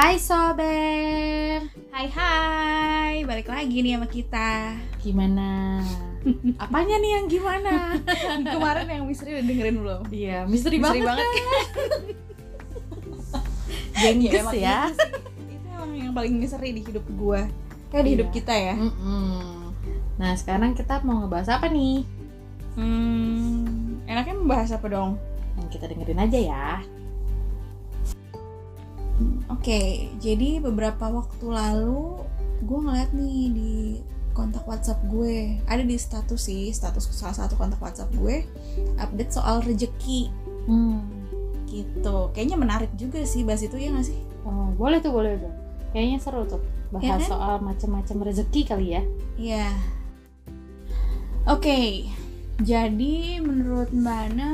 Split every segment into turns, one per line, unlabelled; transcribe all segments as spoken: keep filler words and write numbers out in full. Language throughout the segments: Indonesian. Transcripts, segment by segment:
Hai Sober,
Hai hai, balik lagi nih sama kita.
gimana? Apanya nih yang gimana?
Kemarin yang misteri udah dengerin belum?
Iya, misteri,
Misteri
banget,
banget
kan? Gengges
emang
ya.
itu sih. Itu emang yang paling misteri di hidup gua. Kayak di
Iya.
hidup kita ya.
Mm-mm. Nah sekarang kita mau ngebahas apa nih?
Hmm, enaknya membahas apa dong?
Yang kita dengerin aja ya.
Oke, jadi beberapa waktu lalu gue ngeliat nih di kontak WhatsApp gue, ada di status sih, status salah satu kontak WhatsApp gue, update soal rejeki
Hmm.
gitu. Kayaknya menarik juga sih bahas itu, ya nggak sih?
Oh, boleh tuh, boleh tuh. Kayaknya seru tuh bahas
Ya kan?
soal macam-macam rezeki kali ya.
Iya. Oke, jadi menurut Mbak Ana,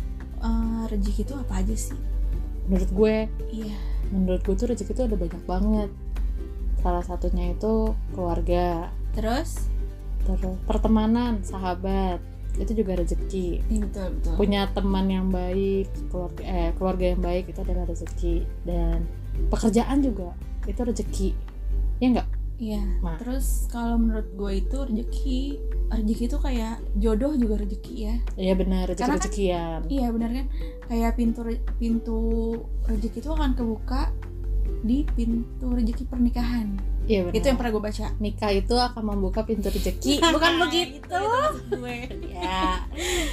uh, rezeki itu apa aja sih?
Menurut gue,
Iya.
menurut gue tuh rezeki tuh ada banyak banget. Salah satunya itu keluarga,
Terus?
terus pertemanan, sahabat, itu juga rezeki.
Iya betul betul.
Punya teman yang baik, keluarga eh keluarga yang baik itu adalah rezeki, dan pekerjaan juga itu rezeki, ya enggak?
Iya.
Nah.
Terus kalau menurut gue itu rezeki, rezeki itu kayak jodoh juga rezeki ya.
Iya benar, rezeki
Karena kan-
rezekian.
Iya benar kan? Kayak pintu re- pintu rezeki itu akan kebuka di pintu rezeki pernikahan.
Iya benar.
Itu yang pernah gue baca.
Nikah itu akan membuka pintu rezeki, bukan begitu?
Itu, itu maksud gue.
Ya,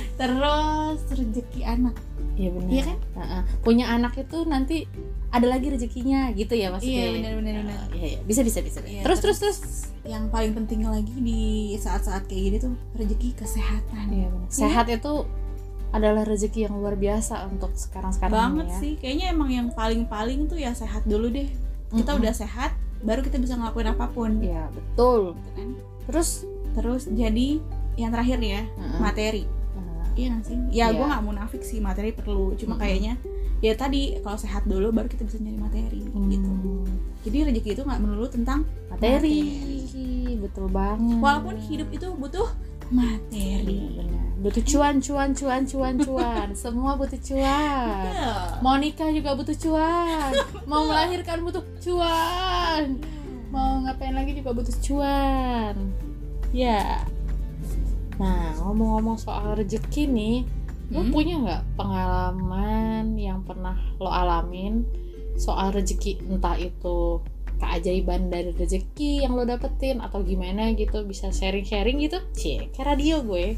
Terus rezeki anak.
iya benar.
Iya kan?
Heeh. Punya anak itu nanti ada lagi rezekinya gitu ya maksudnya.
Iya, benar, benar, benar.
Iya, iya. Bisa bisa bisa.
Iya,
terus, terus terus
Yang paling penting lagi di saat-saat kayak gini tuh rezeki kesehatan.
Iya benar. Sehat itu adalah rezeki yang luar biasa untuk sekarang-sekarang
Banget
ini ya.
sih. Kayaknya emang yang paling-paling tuh ya sehat dulu deh. Kita
Mm-mm.
udah sehat, baru kita bisa ngelakuin apapun.
Iya, betul.
Gitu kan?
Terus
Terus jadi yang terakhir nih ya,
Heeh.
materi.
Nah,
Iya nggak sih? Ya
Iya.
gue nggak munafik sih, materi perlu. Cuma
Mm-mm.
kayaknya ya tadi kalau sehat dulu baru kita bisa nyari materi
hmm,
gitu. Jadi rezeki itu nggak melulu tentang
materi.
Materi.
Betul banget.
walaupun hidup itu butuh materi.
Iya, benar. Butuh cuan, cuan, cuan, cuan, cuan. Semua butuh cuan.
Betul.
Mau nikah juga butuh cuan. Mau melahirkan butuh cuan. Mau ngapain lagi juga butuh cuan. Ya. Nah, ngomong-ngomong soal rezeki nih, lo
Hmm?
punya nggak pengalaman yang pernah lo alamin soal rezeki, entah itu keajaiban dari rezeki yang lo dapetin atau gimana gitu, bisa sharing-sharing gitu? Cie, kayak radio gue.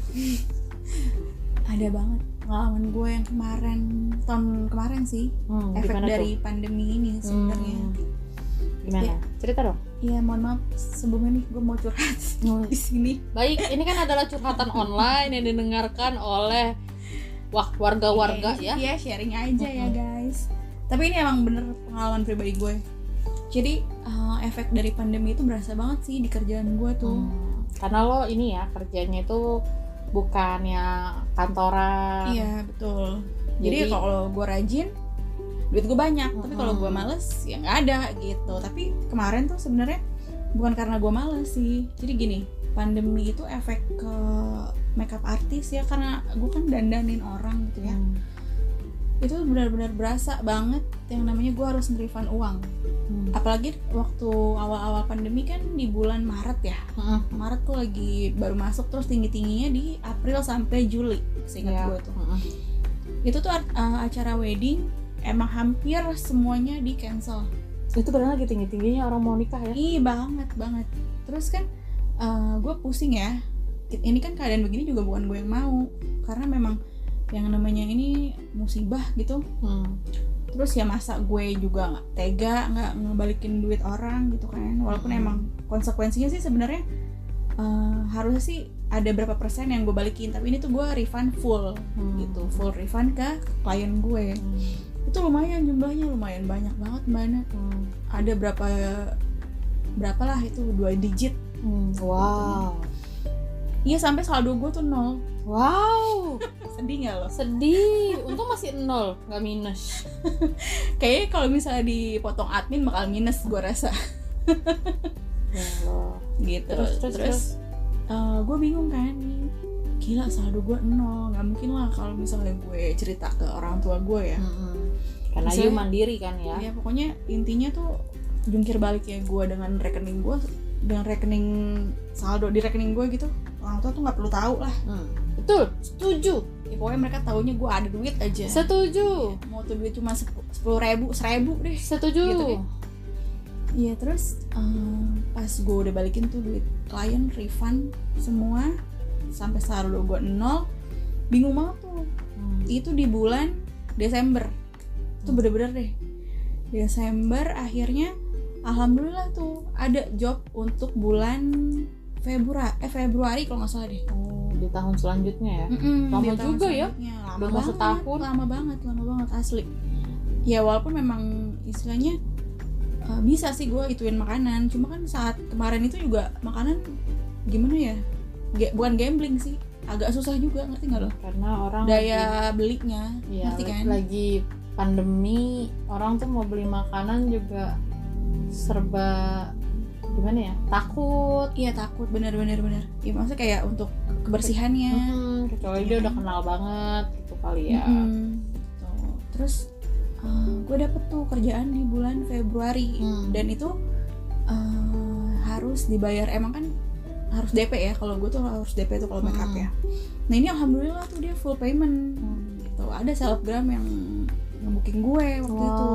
Ada banget pengalaman gue yang kemarin, tahun kemarin sih,
Hmm,
efek
gimana
dari
tuh?
pandemi ini sebenarnya.
Hmm, gimana?
Ya.
Cerita dong.
Iya, mohon maaf sebelumnya nih gue mau curhat di sini.
Baik, ini kan adalah curhatan online yang didengarkan oleh wah warga-warga ya.
Iya, sharing aja ya
Mm-mm.
guys. Tapi ini emang bener pengalaman pribadi gue. Jadi uh, efek dari pandemi itu berasa banget sih di kerjaan gue tuh.
Hmm, karena lo ini ya kerjanya itu bukan yang kantoran.
Iya betul. Jadi,
Jadi-
kalau gue rajin, duit gue banyak. Tapi kalau gue
Mm-mm.
males, ya nggak ada gitu. Tapi kemarin tuh sebenarnya bukan karena gue males sih. Jadi gini, pandemi itu efek ke makeup artist ya, karena gue kan dandanin orang gitu ya.
Hmm.
Itu benar-benar berasa banget yang namanya gue harus nerifan uang.
Hmm.
Apalagi waktu awal-awal pandemi kan di bulan Maret ya.
Hmm.
Maret tuh lagi baru masuk, terus tinggi-tingginya di April sampai Juli, seingat
Iya.
gue tuh.
Hmm.
Itu tuh uh, acara wedding emang hampir semuanya di cancel.
Itu benar lagi tinggi-tingginya orang mau nikah ya.
Ih banget banget. Terus kan uh, gue pusing ya. Ini kan keadaan begini juga bukan gue yang mau, karena memang yang namanya ini musibah gitu.
Hmm.
Terus ya masa gue juga nggak tega nggak ngebalikin duit orang gitu kan, walaupun
Mm-hmm.
emang konsekuensinya sih sebenarnya uh, harusnya sih ada berapa persen yang gue balikin, tapi ini tuh gue refund full
Hmm.
gitu, full refund ke klien gue.
Hmm.
Itu lumayan jumlahnya, lumayan banyak banget Mbak Ana.
Hmm.
Ada berapa berapa lah itu, dua digit.
Hmm. Wow.
Iya, sampai saldo gue tuh nol.
Wow.
Sedih nggak lo?
Sedih. Untung masih nol, nggak minus.
Kayaknya kalau misalnya dipotong admin bakal minus gue rasa.
Ya Allah.
Gitu.
Terus, terus, terus.
uh, gue bingung kan, gila saldo gue nol, nggak mungkin lah kalau misalnya gue cerita ke orang tua gue ya.
Hmm. karena
Misalnya,
you mandiri kan ya.
Ya pokoknya intinya tuh jungkir balik ya gue dengan rekening gue, dengan rekening saldo di rekening gue gitu, orang tua tuh nggak perlu tahu lah.
Hmm, betul, setuju.
Ya, pokoknya mereka taunya gue ada duit aja.
Setuju.
Ya, mau tuh duit cuma sepuluh ribu, seribu deh.
Setuju.
Gitu deh. Iya terus um, pas gue udah balikin tuh duit klien, refund semua sampai saldo gue nol, bingung banget tuh. Hmm. Itu di bulan Desember, tuh bener-bener deh. Desember akhirnya, alhamdulillah tuh ada job untuk bulan Februari, eh Februari kalau nggak salah deh.
Oh, di tahun selanjutnya ya.
Mm-mm,
lama
di tahun
juga ya.
Lama
Belum
banget.
setahun.
Lama banget, lama banget asli. Ya walaupun memang istilahnya uh, bisa sih gue ituin makanan, cuma kan saat kemarin itu juga makanan gimana ya? G- bukan gambling sih, agak susah juga, ngerti nggak lo?
Karena orang
daya lagi, belinya,
ya,
ngerti kan?
Lagi pandemi, orang tuh mau beli makanan juga serba gimana ya, takut.
Iya takut, bener-bener bener. Ya maksudnya kayak untuk kebersihannya.
Hmm, kecuali dia udah kenal banget gitu kali ya.
Hmm, gitu. Terus uh, gue dapet tuh kerjaan di bulan Februari hmm. dan itu uh, harus dibayar, emang kan harus D P ya, kalau gue tuh harus D P tuh kalau make up hmm. ya. Nah ini alhamdulillah tuh dia full payment hmm. gitu. Ada selebgram yang nge-booking gue waktu wow. itu.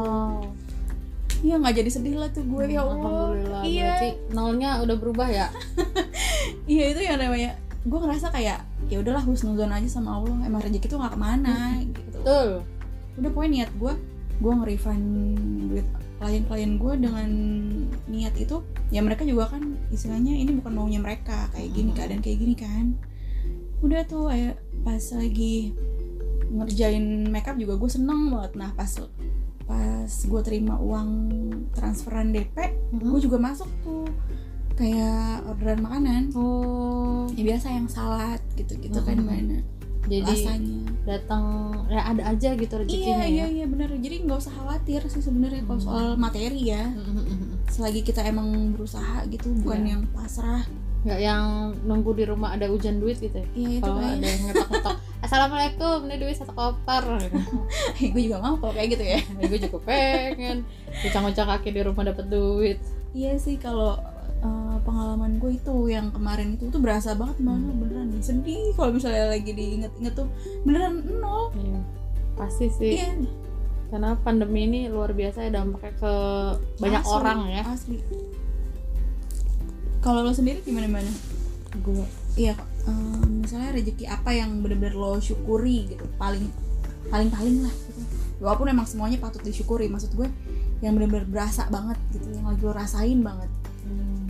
Iya nggak jadi sedih lah tuh gue hmm, ya Allah.
Alhamdulillah.
Iya.
Berarti nolnya udah berubah ya.
Iya itu yang namanya. Gue ngerasa kayak ya udahlah husnuzon aja sama Allah. Emang rezeki tuh nggak kemana hmm. gitu.
Betul.
Udah pokoknya niat gue, gue nge-refund duit klien-klien gue dengan niat itu. Ya mereka juga kan istilahnya ini bukan maunya mereka kayak gini hmm. keadaan kayak gini kan. Udah tuh kayak pas lagi ngerjain makeup juga gue seneng banget. Nah pas pas gue terima uang transferan D P, mm-hmm. gue juga masuk tuh kayak orderan makanan.
Oh,
ya biasa yang salad gitu-gitu mm-hmm. kan mana.
Jadi
rasanya
datang ya ada aja gitu rezekinya.
Iya iya iya benar. Jadi nggak usah khawatir sih sebenarnya mm-hmm. kalau soal materi ya. Mm-hmm. Selagi kita emang berusaha gitu, bukan yeah. yang pasrah.
Nggak yang nunggu di rumah ada hujan duit gitu ya.
Iya, itu
kalau
kayak
ada yang ngetok-ngetok assalamualaikum ini duit satu koper gitu.
Gue juga mau kalau kayak gitu ya.
Gue juga pengen ucang-ucang kaki di rumah dapat duit.
Iya sih kalau uh, pengalaman gue itu yang kemarin itu tuh berasa banget banget hmm. beneran sedih kalau misalnya lagi diinget-inget tuh beneran nol.
Iya. Pasti sih. Iya. Karena pandemi ini luar biasa ya dampaknya ke banyak asli, orang ya.
Asli. Kalau lo sendiri gimana-mana?
Gue,
iya, um, misalnya rezeki apa yang benar-benar lo syukuri gitu, paling paling paling lah gitu. Walaupun emang semuanya patut disyukuri, maksud gue yang benar-benar berasa banget gitu, yang lagi lo rasain banget.
Hmm.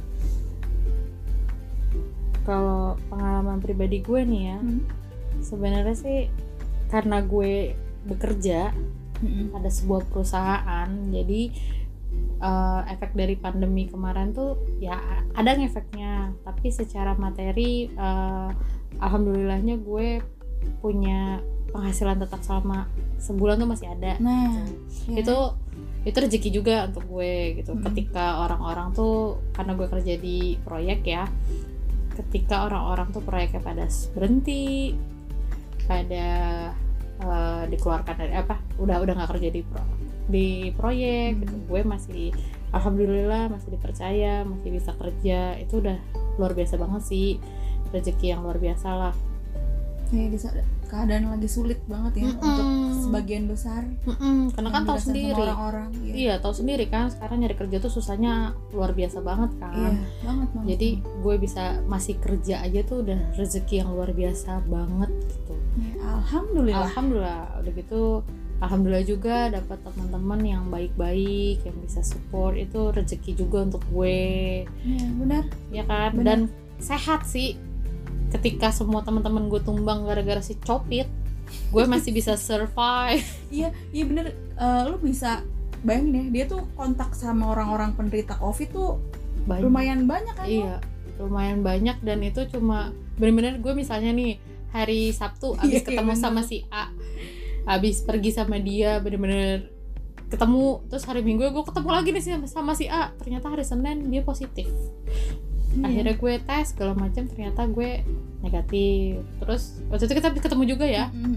Kalau pengalaman pribadi gue nih ya, hmm. sebenarnya sih karena gue bekerja hmm. pada sebuah perusahaan, jadi Uh, efek dari pandemi kemarin tuh ya ada ngefeknya, tapi secara materi uh, alhamdulillahnya gue punya penghasilan tetap selama sebulan tuh masih ada.
Nah,
gitu. ya. itu itu rezeki juga untuk gue gitu. Hmm. Ketika orang-orang tuh, karena gue kerja di proyek ya, ketika orang-orang tuh proyeknya pada berhenti, pada uh, dikeluarkan dari apa, udah udah nggak kerja di pro di proyek hmm. gitu, gue masih alhamdulillah masih dipercaya, masih bisa kerja, itu udah luar biasa banget sih, rezeki yang luar biasa lah.
Ya di saat keadaan lagi sulit banget ya Mm-mm. untuk sebagian besar.
Mm-mm. Karena kan tahu sendiri
orang-orang. Ya.
Iya tahu sendiri kan sekarang nyari kerja tuh susahnya luar biasa banget kan.
Iya banget banget.
Jadi gue bisa masih kerja aja tuh udah rezeki yang luar biasa banget gitu.
Ya, alhamdulillah.
Alhamdulillah udah gitu. Alhamdulillah juga dapat teman-teman yang baik-baik yang bisa support, itu rezeki juga untuk gue.
Iya benar.
Ya kan. Benar. Dan sehat sih. Ketika semua teman-teman gue tumbang gara-gara si Copit, gue masih bisa survive.
Iya iya benar. Uh, lu bisa bayangin ya, dia tuh kontak sama orang-orang penderita COVID tuh banyak. Lumayan banyak kan?
Iya lo? Lumayan banyak, dan itu cuma benar-benar gue misalnya nih hari Sabtu abis yeah, ketemu yeah, sama si A, abis pergi sama dia bener-bener ketemu, terus hari Minggu gue ketemu lagi nih sama, sama si A, ternyata hari Senin dia positif. Yeah. Akhirnya gue tes segala macam, ternyata gue negatif. Terus waktu itu kita ketemu juga ya.
Mm-hmm.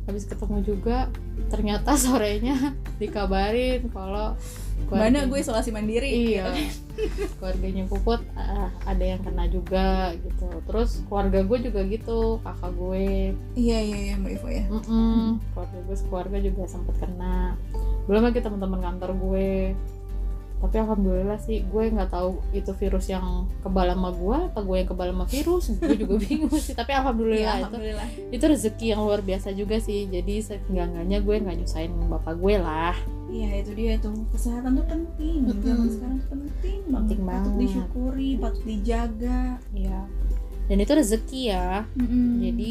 habis ketemu juga ternyata sorenya dikabarin kalau
mana gue isolasi mandiri.
Iya. Keluarganya Puput uh, ada yang kena juga gitu. Terus keluarga gue juga gitu, kakak gue.
Iya iya iya Mbak Ivo ya.
Mm-mm. Keluarga gue keluarga juga sempat kena. Belum lagi teman-teman kantor gue. Tapi alhamdulillah sih gue nggak tahu itu virus yang kebal sama gue apa gue yang kebal sama virus, gue juga bingung sih. Tapi alhamdulillah,
ya, alhamdulillah.
itu itu rezeki yang luar biasa juga sih. Jadi seenggak-enggaknya gue nggak nyusahin bapak gue lah.
Iya itu dia tuh, kesehatan tuh penting.
Mm-mm.
Zaman sekarang tuh penting banget.
Penting
Patut
banget.
disyukuri, patut dijaga.
Iya. Dan itu rezeki ya.
Mm-mm.
Jadi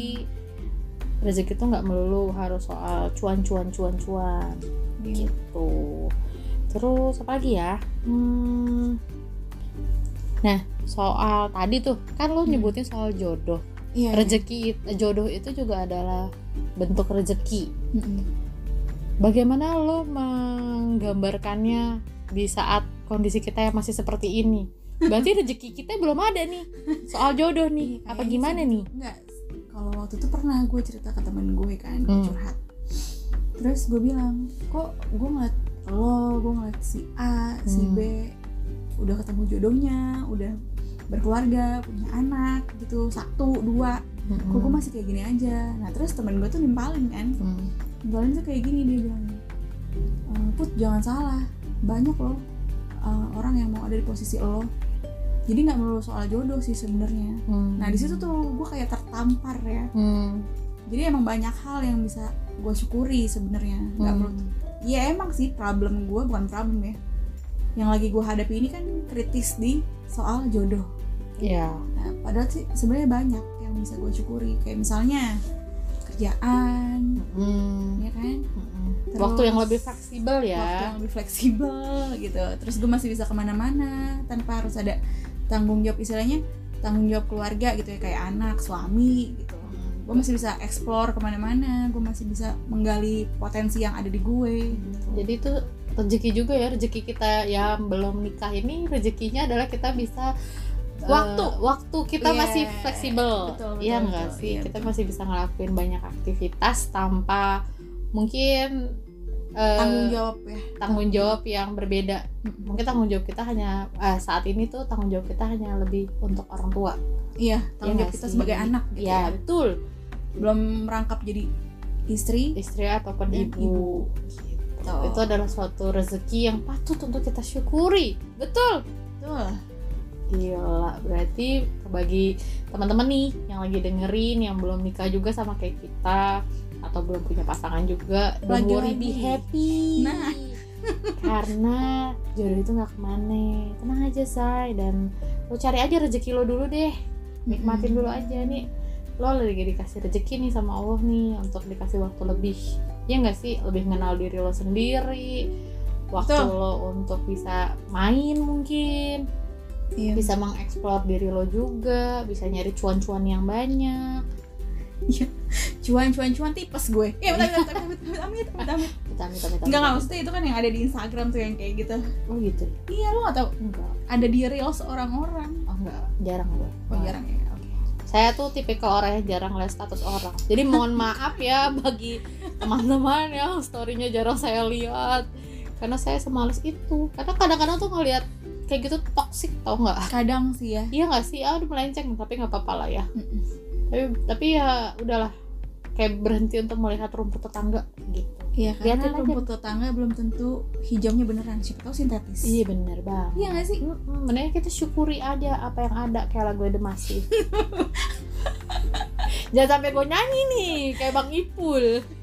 rezeki tuh nggak melulu harus soal cuan-cuan cuan-cuan
Iya.
gitu. Terus apa lagi ya? Hmm. Nah, soal tadi tuh kan lo nyebutin soal jodoh.
Iya,
Rezeki jodoh itu juga adalah bentuk rezeki.
Mm-mm.
Bagaimana lo menggambarkannya di saat kondisi kita yang masih seperti ini? Berarti rezeki kita belum ada nih. Soal jodoh nih.
Iya,
Apa
kayaknya
gimana
sih
nih?
gitu. Enggak. Kalau waktu itu pernah gue cerita ke temen gue kan, gue
Hmm.
curhat. Terus gue bilang, kok gue ngeliat lo, gue ngeliat si A, si
Hmm.
B udah ketemu jodohnya, udah berkeluarga, punya anak gitu, satu, dua,
Mm-mm.
kok gue masih kayak gini aja. Nah terus temen gue tuh nimpalin kan,
Hmm.
nimpalin tuh kayak gini, dia bilang, e, Put jangan salah, banyak loh uh, orang yang mau ada di posisi lo. Jadi nggak melulu soal jodoh sih sebenarnya.
Hmm.
Nah di situ tuh gue kayak tertampar ya.
Hmm.
Jadi emang banyak hal yang bisa gue syukuri sebenarnya. Nggak
Hmm.
melulu. Ya emang sih problem gue bukan problem ya. Yang lagi gue hadapi ini kan kritis di soal jodoh.
Ya.
Nah, padahal sih sebenarnya banyak yang bisa gue syukuri. Kayak misalnya kerjaan,
Hmm.
ya kan?
Mm-mm.
Terus
Waktu yang lebih fleksibel ya.
Waktu yang lebih fleksibel gitu. Terus gue masih bisa kemana-mana tanpa harus ada tanggung jawab, istilahnya tanggung jawab keluarga gitu ya, kayak anak, suami gitu. Gue masih bisa explore kemana-mana. Gue masih bisa menggali potensi yang ada di gue. Gitu.
Jadi itu rezeki juga ya, rezeki kita yang belum nikah ini rezekinya adalah kita bisa
Waktu.
uh, waktu kita
Yeah.
masih fleksibel.
Betul, betul,
Iya
betul.
enggak sih?
Iya,
Kita
betul.
masih bisa ngelakuin banyak aktivitas tanpa mungkin uh,
Tanggung jawab ya.
tanggung jawab yang berbeda. Mungkin tanggung jawab kita hanya uh, saat ini tuh tanggung jawab kita hanya lebih untuk orang tua.
Iya, tanggung
Iya
jawab
nggak
kita
sih?
sebagai anak gitu
Iya,
ya.
betul.
Belum merangkap jadi istri.
Istri ataupun
Dan
ibu.
ibu.
Gitu. Itu adalah suatu rezeki yang patut untuk kita syukuri. Betul.
Betul.
Gila, berarti bagi teman-teman nih yang lagi dengerin, yang belum nikah juga sama kayak kita, atau belum punya pasangan juga, don't worry, be
Lagi-lagi.
happy.
Nah.
Karena jodoh itu gak kemana. Tenang aja say, dan lo cari aja rezeki lo dulu deh. Nikmatin dulu aja nih. Lo lagi dikasih rezeki nih sama Allah nih untuk dikasih waktu lebih. Ya gak sih? Lebih mengenal diri lo sendiri. Waktu
Betul.
lo untuk bisa main mungkin.
Iya.
Bisa mengeksplor diri lo juga, bisa nyari cuan-cuan yang banyak.
Cuan-cuan-cuan tipes gue. Iya, betul betul betul betul. Amit, amit, amit.
Amit, amit, amit.
Enggak, enggak, maksudnya itu kan yang ada di Instagram tuh yang kayak gitu.
Oh gitu ya?
Iya, lo gak tau
Enggak.
ada di reels orang-orang.
Oh enggak, jarang gue.
Oh, jarang ya. Oke.
Saya tuh tipikal orang yang jarang lihat status orang. Jadi mohon maaf ya bagi teman-teman yang story-nya jarang saya lihat. Karena saya semalas itu. Karena kadang-kadang tuh ngelihat kayak gitu toksik, tau nggak?
Kadang sih ya.
Iya nggak sih? Aduh melenceng, tapi nggak apa-apa lah ya.
Mm-mm.
Tapi tapi ya udahlah. Kayak berhenti untuk melihat rumput tetangga gitu.
Iya, karena
Liatin aja.
rumput tetangga belum tentu hijaunya beneran, siapa tahu sintetis.
Iya bener banget.
Iya nggak sih?
Mm-mm, mendingan kita syukuri aja apa yang ada, kayak lagu The Massive. Jangan sampai gue nyanyi nih kayak Bang Ipul.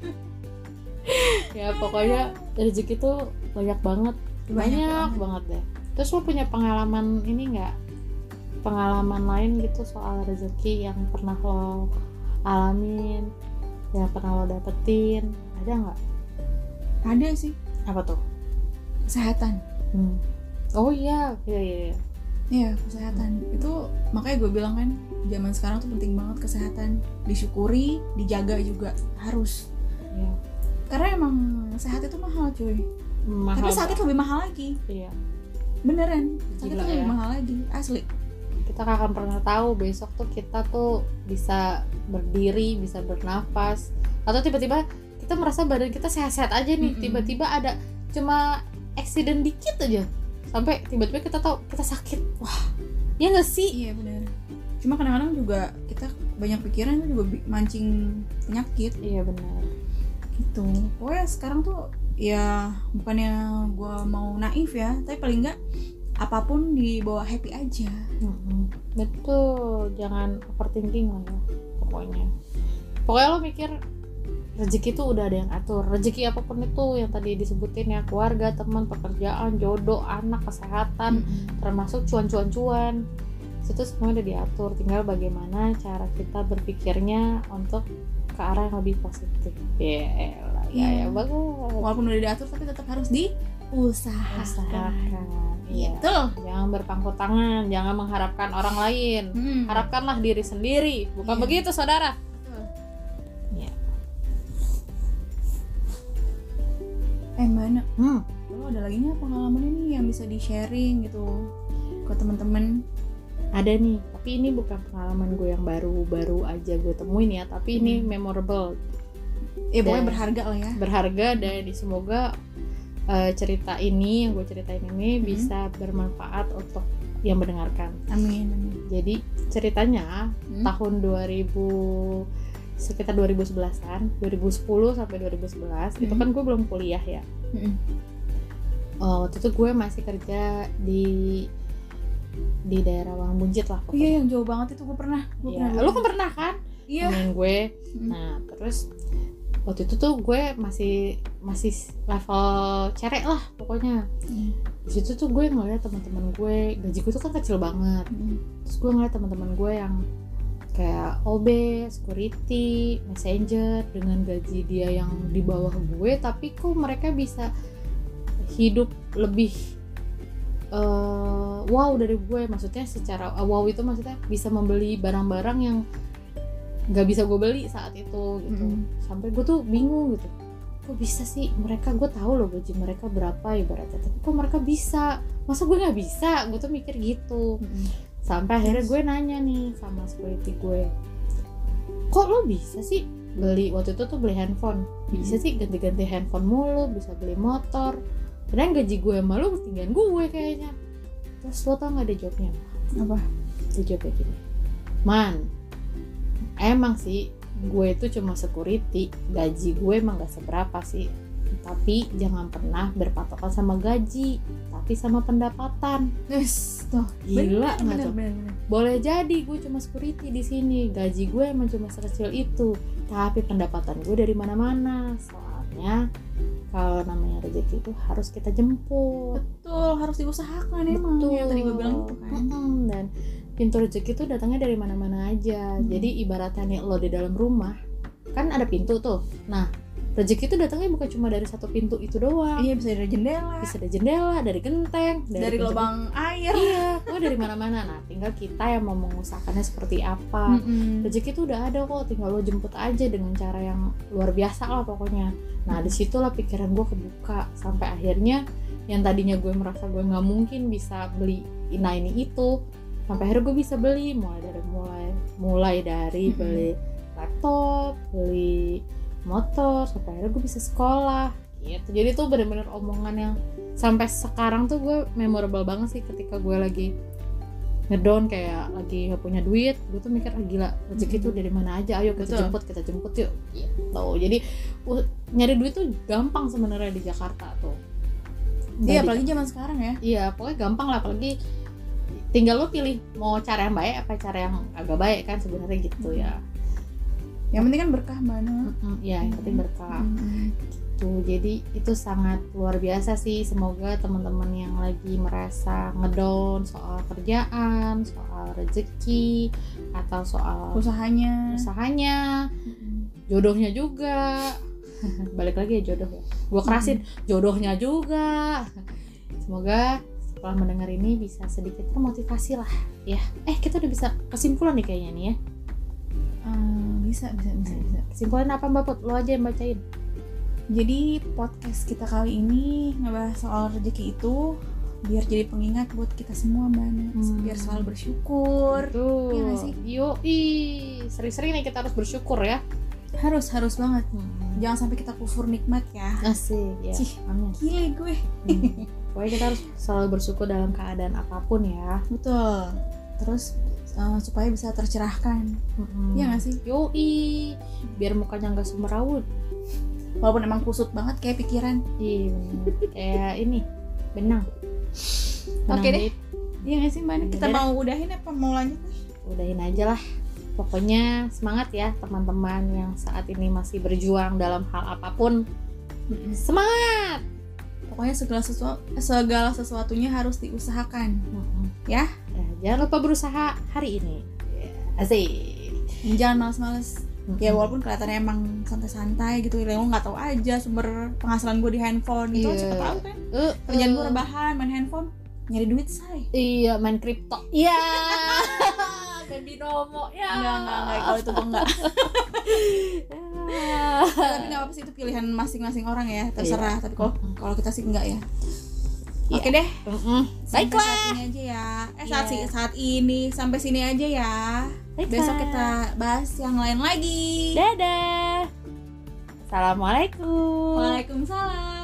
Ya pokoknya rezeki tuh banyak banget,
Banyak
banyak,
banget.
banget deh. Terus lo punya pengalaman ini nggak? Pengalaman lain gitu soal rezeki yang pernah lo alamin, yang pernah lo dapetin, ada nggak?
Ada sih.
Apa tuh?
Kesehatan.
Hmm. Oh iya, iya iya. iya.
Iya, kesehatan. Itu makanya gue bilang kan, zaman sekarang tuh penting banget kesehatan. Disyukuri, dijaga juga harus.
Iya.
Karena emang sehat itu mahal, cuy.
Mahal
Tapi sakit
banget.
lebih mahal lagi.
Iya.
Beneran. Sakit
Gila
tuh lebih
ya.
mahal lagi, asli.
Kita gak akan pernah tahu besok tuh kita tuh bisa berdiri, bisa bernafas, atau tiba-tiba kita merasa badan kita sehat-sehat aja nih,
Mm-mm.
tiba-tiba ada cuma accident dikit aja sampai tiba-tiba kita tahu kita sakit. Wah, ya nggak sih?
Iya benar. Cuma kadang-kadang juga kita banyak pikiran itu juga bi- mancing penyakit
Iya benar.
gitu. Pokoknya sekarang tuh ya bukannya gue mau naif ya, tapi paling nggak apapun dibawa happy aja.
Mm-mm. Betul, jangan overthinking lah ya pokoknya. Pokoknya lo mikir rezeki itu udah ada yang atur. Rezeki apapun itu yang tadi disebutin ya, keluarga, teman, pekerjaan, jodoh, anak, kesehatan,
Mm-mm.
termasuk cuan-cuan-cuan. Itu semua udah diatur. Tinggal bagaimana cara kita berpikirnya untuk ke arah yang lebih positif. Ya, lah, ya, ya
Iya.
bagus.
Walaupun udah diatur tapi tetap harus diusahakan.
Usahakan. Iya.
Betul.
Jangan berpangku tangan, jangan mengharapkan orang lain.
Hmm.
Harapkanlah diri sendiri. Bukan
Iya.
begitu, saudara?
Betul.
Ya.
Eh mana?
Hmm.
Lo ada lagi nggak pengalaman ini yang bisa di sharing gitu ke teman-teman?
Ada nih, tapi ini bukan pengalaman gue yang baru-baru aja gue temuin ya, tapi ini
Hmm.
memorable,
Ya pokoknya
Dan-
berharga lah ya.
berharga, dan semoga eh, cerita ini yang gue ceritain ini
Hmm.
bisa bermanfaat untuk yang mendengarkan.
Amin. Amin.
Jadi ceritanya
Hmm.
tahun dua ribu sekitar dua ribu sebelasan, dua ribu sepuluh sampai dua ribu sebelas itu
Hmm.
kan gue belum kuliah ya.
Mm-mm.
Oh, waktu itu gue masih kerja di di daerah Wang Bunjit lah
Oh
pokoknya.
iya yang jauh banget itu gue pernah. Gue
Iya,
pernah.
lu kan pernah kan
Iya.
nemenin gue.
Mm.
Nah, terus waktu itu tuh gue masih masih level cerek lah pokoknya.
Mm.
Di situ tuh gue ngeliat teman-teman gue, gaji gue tuh kan kecil banget.
Mm.
Terus gue ngeliat teman-teman gue yang kayak O B, security, messenger dengan gaji dia yang di bawah gue, tapi kok mereka bisa hidup lebih uh, wow dari gue. Maksudnya secara uh, wow itu maksudnya bisa membeli barang-barang yang nggak bisa gue beli saat itu gitu.
Mm.
Sampai gue tuh bingung gitu, kok bisa sih mereka, gue tahu loh gaji mereka berapa ibaratnya, tapi kok mereka bisa, masa gue nggak bisa, gue tuh mikir gitu.
Mm.
Sampai akhirnya gue nanya nih sama security gue, kok lo bisa sih beli, waktu itu tuh beli handphone, bisa sih ganti-ganti handphone mulu, bisa beli motor, padahal gaji gue sama lo ketinggian gue kayaknya. Terus lo tau gak dia jawabnya apa?
Apa?
Dia jawabnya gini, man, emang sih gue itu cuma security, gaji gue emang gak seberapa sih, tapi jangan pernah berpatokan sama gaji, tapi sama pendapatan.
Yes, tuh.
Gila nggak
bener,
tuh?
bener, bener.
Boleh jadi gue cuma security di sini, gaji gue emang cuma sekecil itu, tapi pendapatan gue dari mana-mana. Soalnya kalau namanya rezeki itu harus kita jemput.
Betul, harus diusahakan emang.
Betul.
Yang tadi gue bilang itu kan.
Mm-mm. Dan pintu rezeki itu datangnya dari mana-mana aja.
Hmm.
Jadi ibaratnya nih lo di dalam rumah kan ada pintu tuh. Nah, rezeki itu datangnya bukan cuma dari satu pintu itu doang.
Iya, bisa dari jendela,
Bisa dari jendela, dari genteng,
dari
pintu-
lubang air.
Iya, gue dari mana-mana. Nah, tinggal kita yang mau mengusahakannya seperti apa.
Mm-mm.
Rezeki itu udah ada kok, tinggal lo jemput aja dengan cara yang luar biasa lah pokoknya. Nah, disitulah pikiran gue kebuka sampai akhirnya yang tadinya gue merasa gue nggak mungkin bisa beli nah ini itu, sampai akhirnya gue bisa beli, mulai dari mulai mulai dari
Mm-mm.
beli laptop, beli motor, sampai akhirnya gue bisa sekolah gitu. Jadi tuh bener-bener omongan yang sampai sekarang tuh gue memorable banget sih, ketika gue lagi ngedown kayak lagi gak punya duit, gue tuh mikir, ah gila, rezeki tuh dari mana aja, ayo kita
Betul.
jemput, kita jemput yuk gitu. Jadi uh, nyari duit tuh gampang sebenarnya di Jakarta tuh.
Iya,
Nggak
apalagi
di-
zaman sekarang ya.
Iya, pokoknya gampang lah, apalagi tinggal lo pilih mau cara yang baik apa cara yang agak baik kan sebenarnya gitu ya.
Yang penting kan berkah mana.
Mm-mm, ya yang penting berkah.
Mm-mm.
Tuh, jadi itu sangat luar biasa sih. Semoga teman-teman yang lagi merasa ngedown soal kerjaan, soal rezeki, atau soal
Usahanya.
usahanya,
Mm-mm.
jodohnya juga. Balik lagi ya jodoh ya. Gua kerasin jodohnya juga. Semoga setelah mendengar ini bisa sedikit termotivasi lah ya. Eh, kita udah bisa kesimpulan nih kayaknya nih ya.
Ah, bisa, bisa, bisa, bisa.
Kesimpulan apa Mbak Put? Lo aja yang bacain.
Jadi podcast kita kali ini ngebahas soal rezeki itu biar jadi pengingat buat kita semua, Mbak.
Hmm.
Biar selalu bersyukur.
Tuh.
Iya nggak sih?
Yoi, sering-sering nih kita harus bersyukur ya.
Harus harus banget.
Hmm.
Jangan sampai kita kufur nikmat ya.
Asik ya.
Cih,
Amin.
Gile gue.
Hmm. Pokoknya kita harus selalu bersyukur dalam keadaan apapun ya.
Betul. Terus uh, supaya bisa tercerahkan.
Hmm.
Iya gak sih?
Yoi, biar mukanya nggak semerawut.
Walaupun emang kusut banget kayak pikiran.
Iya, bener. Kayak ini benang. Benang
Oke deh.
jahit.
Iya gak sih Mbak? Nih? Kita
Udah.
mau udahin apa mau lanjut nih?
Udahin aja lah. Pokoknya semangat ya teman-teman yang saat ini masih berjuang dalam hal apapun. Semangat.
Pokoknya segala sesuatu segala sesuatunya harus diusahakan. Ya.
Ya, jangan lupa berusaha hari ini. Asik.
Jangan males-males. Ya walaupun kelihatannya emang santai-santai gitu, ya lo nggak tahu aja sumber penghasilan gue di handphone gitu,
Iya.
siapa tahu kan.
Uh,
Kerjaan gue
uh.
rebahan, main handphone, nyari duit say.
Iya, main kripto. Iya. Main binomo. Ya.
Enggak, enggak, enggak, kalau itu gue enggak.
Ya.
Tapi nggak apa sih, itu pilihan masing-masing orang ya, terserah. Tapi kalau kalau kita sih enggak ya.
Iya.
Oke deh.
Mm-mm.
Sampai
Baiklah.
saat ini aja ya. Eh saat
Iya.
si- saat ini sampai sini aja ya.
Baiklah.
Besok kita bahas yang lain lagi.
Dadah. Assalamualaikum.
Waalaikumsalam.